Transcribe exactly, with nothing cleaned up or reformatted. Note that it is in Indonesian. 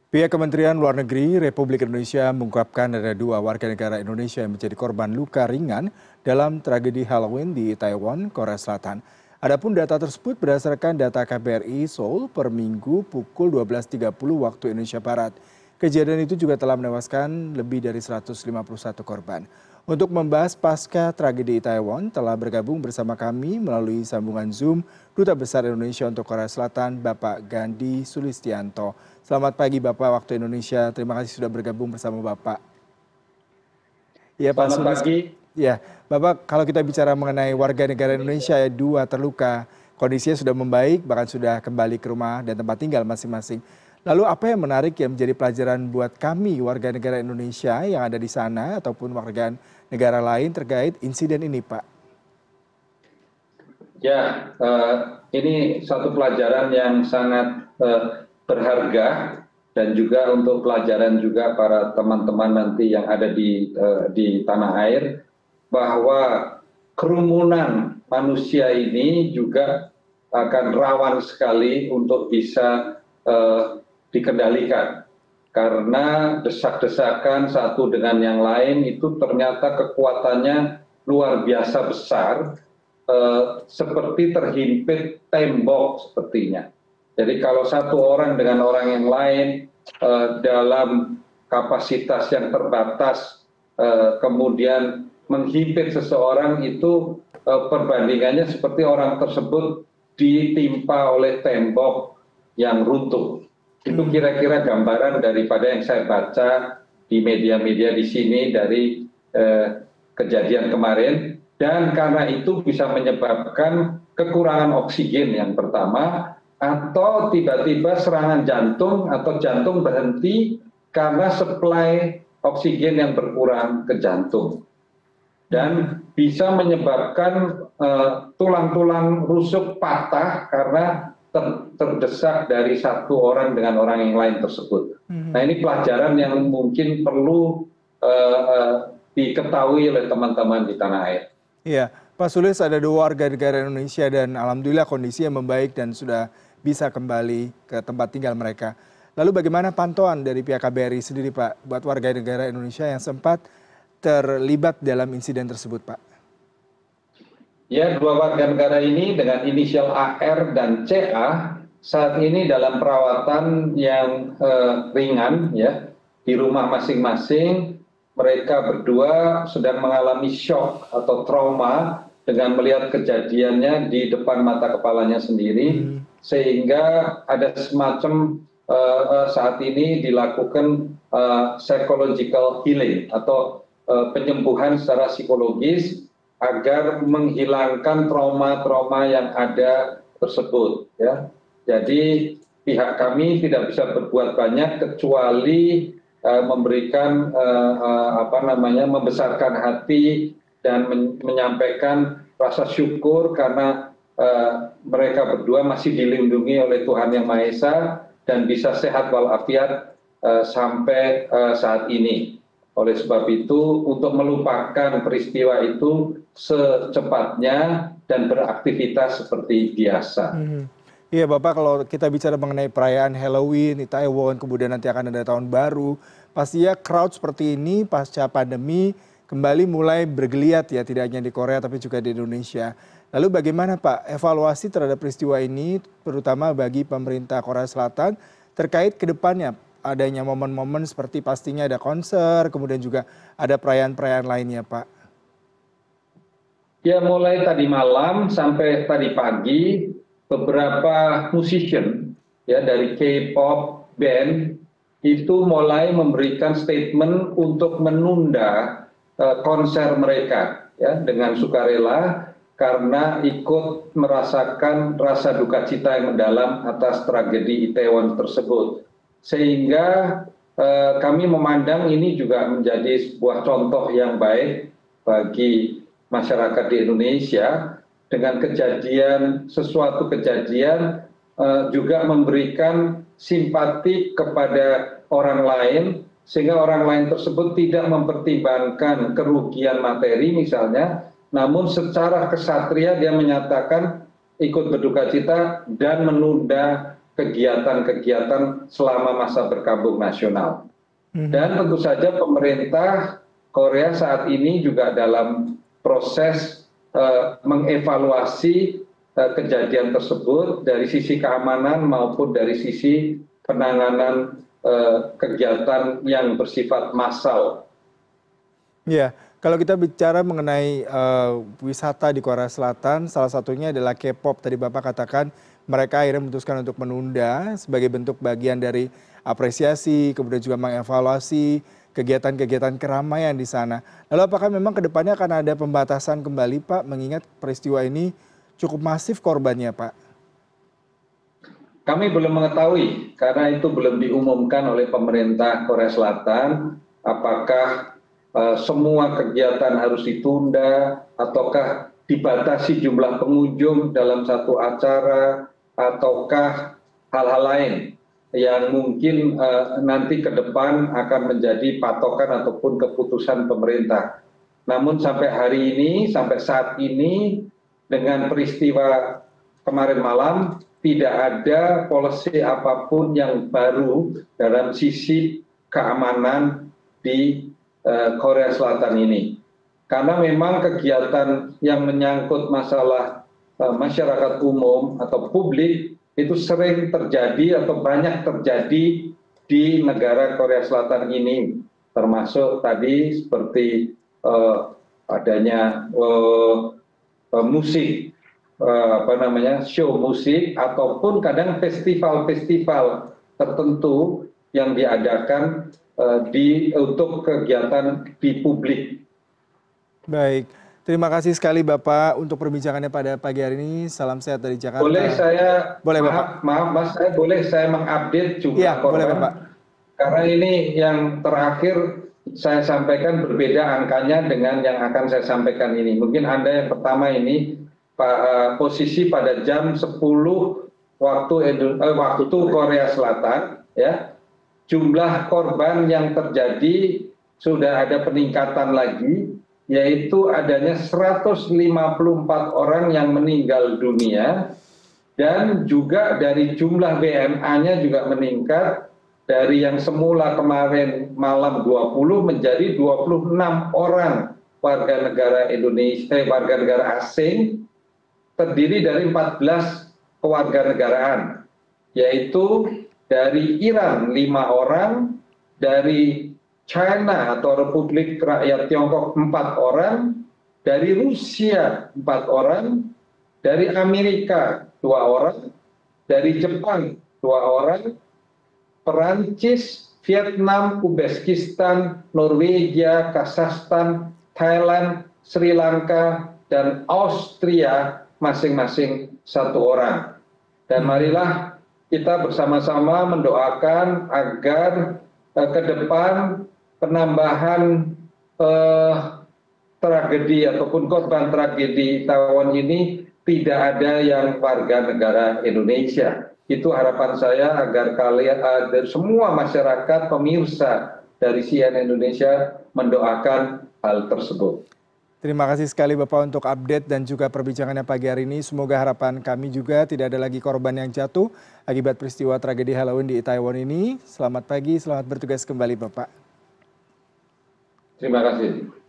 Pihak Kementerian Luar Negeri Republik Indonesia mengungkapkan ada dua warga negara Indonesia yang menjadi korban luka ringan dalam tragedi Halloween di Taiwan, Korea Selatan. Adapun data tersebut berdasarkan data K B R I Seoul per minggu pukul dua belas tiga puluh waktu Indonesia Barat. Kejadian itu juga telah menewaskan lebih dari seratus lima puluh satu korban. Untuk membahas pasca tragedi Taiwan, telah bergabung bersama kami melalui sambungan Zoom Duta Besar Indonesia untuk Korea Selatan, Bapak Gandhi Sulistianto. Selamat pagi Bapak waktu Indonesia, terima kasih sudah bergabung bersama Bapak. Ya Pak Selamat Sulis, pagi. ya Bapak kalau kita bicara mengenai warga negara Indonesia ya dua terluka, kondisinya sudah membaik bahkan sudah kembali ke rumah dan tempat tinggal masing-masing. Lalu apa yang menarik yang menjadi pelajaran buat kami warga negara Indonesia yang ada di sana ataupun warga negara lain terkait insiden ini Pak? Ya, eh, ini satu pelajaran yang sangat eh, berharga dan juga untuk pelajaran juga para teman-teman nanti yang ada di eh, di tanah air bahwa kerumunan manusia ini juga akan rawan sekali untuk bisa eh, dikendalikan karena desak-desakan satu dengan yang lain itu ternyata kekuatannya luar biasa besar. Uh, seperti terhimpit tembok sepertinya. Jadi kalau satu orang dengan orang yang lain uh, dalam kapasitas yang terbatas uh, kemudian menghimpit seseorang itu uh, perbandingannya seperti orang tersebut ditimpa oleh tembok yang runtuh. Itu kira-kira gambaran daripada yang saya baca di media-media di sini dari uh, kejadian kemarin. Dan karena itu bisa menyebabkan kekurangan oksigen yang pertama, atau tiba-tiba serangan jantung atau jantung berhenti karena suplai oksigen yang berkurang ke jantung. Dan bisa menyebabkan tulang-tulang uh, rusuk patah karena ter terdesak dari satu orang dengan orang yang lain tersebut. Hmm. Nah ini pelajaran yang mungkin perlu uh, uh, diketahui oleh teman-teman di tanah air. Iya, Pak Sulis ada dua warga negara Indonesia dan alhamdulillah kondisinya membaik dan sudah bisa kembali ke tempat tinggal mereka. Lalu bagaimana pantauan dari pihak K B R I sendiri Pak buat warga negara Indonesia yang sempat terlibat dalam insiden tersebut Pak? Ya, dua warga negara ini dengan inisial A R dan C A saat ini dalam perawatan yang eh, ringan ya di rumah masing-masing. Mereka berdua sedang mengalami shock atau trauma dengan melihat kejadiannya di depan mata kepalanya sendiri, hmm. sehingga ada semacam uh, uh, saat ini dilakukan uh, psychological healing atau uh, penyembuhan secara psikologis agar menghilangkan trauma-trauma yang ada tersebut. Ya. Jadi pihak kami tidak bisa berbuat banyak kecuali memberikan apa namanya membesarkan hati dan menyampaikan rasa syukur karena mereka berdua masih dilindungi oleh Tuhan Yang Maha Esa dan bisa sehat walafiat sampai saat ini. Oleh sebab itu untuk melupakan peristiwa itu secepatnya dan beraktivitas seperti biasa. Hmm. Iya Bapak, kalau kita bicara mengenai perayaan Halloween di Taiwan, kemudian nanti akan ada tahun baru, pastinya crowd seperti ini pasca pandemi kembali mulai bergeliat ya, tidak hanya di Korea tapi juga di Indonesia. Lalu bagaimana Pak evaluasi terhadap peristiwa ini, terutama bagi pemerintah Korea Selatan terkait ke depannya adanya momen-momen seperti pastinya ada konser, kemudian juga ada perayaan-perayaan lainnya Pak? Ya mulai tadi malam sampai tadi pagi, beberapa musician ya dari K-pop band itu mulai memberikan statement untuk menunda uh, konser mereka ya dengan sukarela karena ikut merasakan rasa duka cita yang mendalam atas tragedi Itaewon tersebut. Sehingga uh, kami memandang ini juga menjadi sebuah contoh yang baik bagi masyarakat di Indonesia. Dengan kejadian, sesuatu kejadian uh, juga memberikan simpati kepada orang lain, sehingga orang lain tersebut tidak mempertimbangkan kerugian materi misalnya, namun secara kesatria dia menyatakan ikut berduka cita dan menunda kegiatan-kegiatan selama masa berkabung nasional. Dan tentu saja pemerintah Korea saat ini juga dalam proses uh, mengevaluasi uh, kejadian tersebut dari sisi keamanan maupun dari sisi penanganan uh, kegiatan yang bersifat massal. Ya, kalau kita bicara mengenai uh, wisata di Korea Selatan, salah satunya adalah K-pop. Tadi Bapak katakan mereka akhirnya memutuskan untuk menunda sebagai bentuk bagian dari apresiasi, kemudian juga mengevaluasi kegiatan-kegiatan keramaian di sana. Lalu apakah memang kedepannya akan ada pembatasan kembali Pak, mengingat peristiwa ini cukup masif korbannya Pak? Kami belum mengetahui, karena itu belum diumumkan oleh pemerintah Korea Selatan, apakah uh, semua kegiatan harus ditunda, ataukah dibatasi jumlah pengunjung dalam satu acara, ataukah hal-hal lain yang mungkin uh, nanti ke depan akan menjadi patokan ataupun keputusan pemerintah. Namun sampai hari ini, sampai saat ini, dengan peristiwa kemarin malam, tidak ada polisi apapun yang baru dalam sisi keamanan di uh, Korea Selatan ini. Karena memang kegiatan yang menyangkut masalah uh, masyarakat umum atau publik itu sering terjadi atau banyak terjadi di negara Korea Selatan ini, termasuk tadi seperti uh, adanya uh, uh, musik, uh, apa namanya, show musik, ataupun kadang festival-festival tertentu yang diadakan uh, di untuk kegiatan di publik. Baik. Terima kasih sekali Bapak untuk perbincangannya pada pagi hari ini. Salam sehat dari Jakarta. Boleh saya, boleh, maaf, Bapak. maaf Mas, saya boleh saya mengupdate jumlah ya, korban? Boleh, Bapak. Karena ini yang terakhir saya sampaikan berbeda angkanya dengan yang akan saya sampaikan ini. Mungkin Anda yang pertama ini, Pak, uh, posisi pada jam sepuluh waktu, uh, waktu Korea Selatan, ya, jumlah korban yang terjadi sudah ada peningkatan lagi, yaitu adanya seratus lima puluh empat orang yang meninggal dunia, dan juga dari jumlah W N A-nya juga meningkat dari yang semula kemarin malam dua puluh menjadi dua puluh enam orang warga negara Indonesia, eh, warga negara asing, terdiri dari empat belas kewarganegaraan, yaitu dari Iran lima orang, dari China atau Republik Rakyat Tiongkok empat orang, dari Rusia empat orang, dari Amerika dua orang, dari Jepang dua orang, Perancis, Vietnam, Uzbekistan, Norwegia, Kazakhstan, Thailand, Sri Lanka, dan Austria masing-masing satu orang. Dan marilah kita bersama-sama mendoakan agar eh, ke depan penambahan eh, tragedi ataupun korban tragedi Taiwan ini tidak ada yang warga negara Indonesia. Itu harapan saya agar kalian, agar semua masyarakat pemirsa dari C N N Indonesia mendoakan hal tersebut. Terima kasih sekali Bapak untuk update dan juga perbincangannya pagi hari ini. Semoga harapan kami juga tidak ada lagi korban yang jatuh akibat peristiwa tragedi Halloween di Taiwan ini. Selamat pagi, selamat bertugas kembali Bapak. Terima kasih.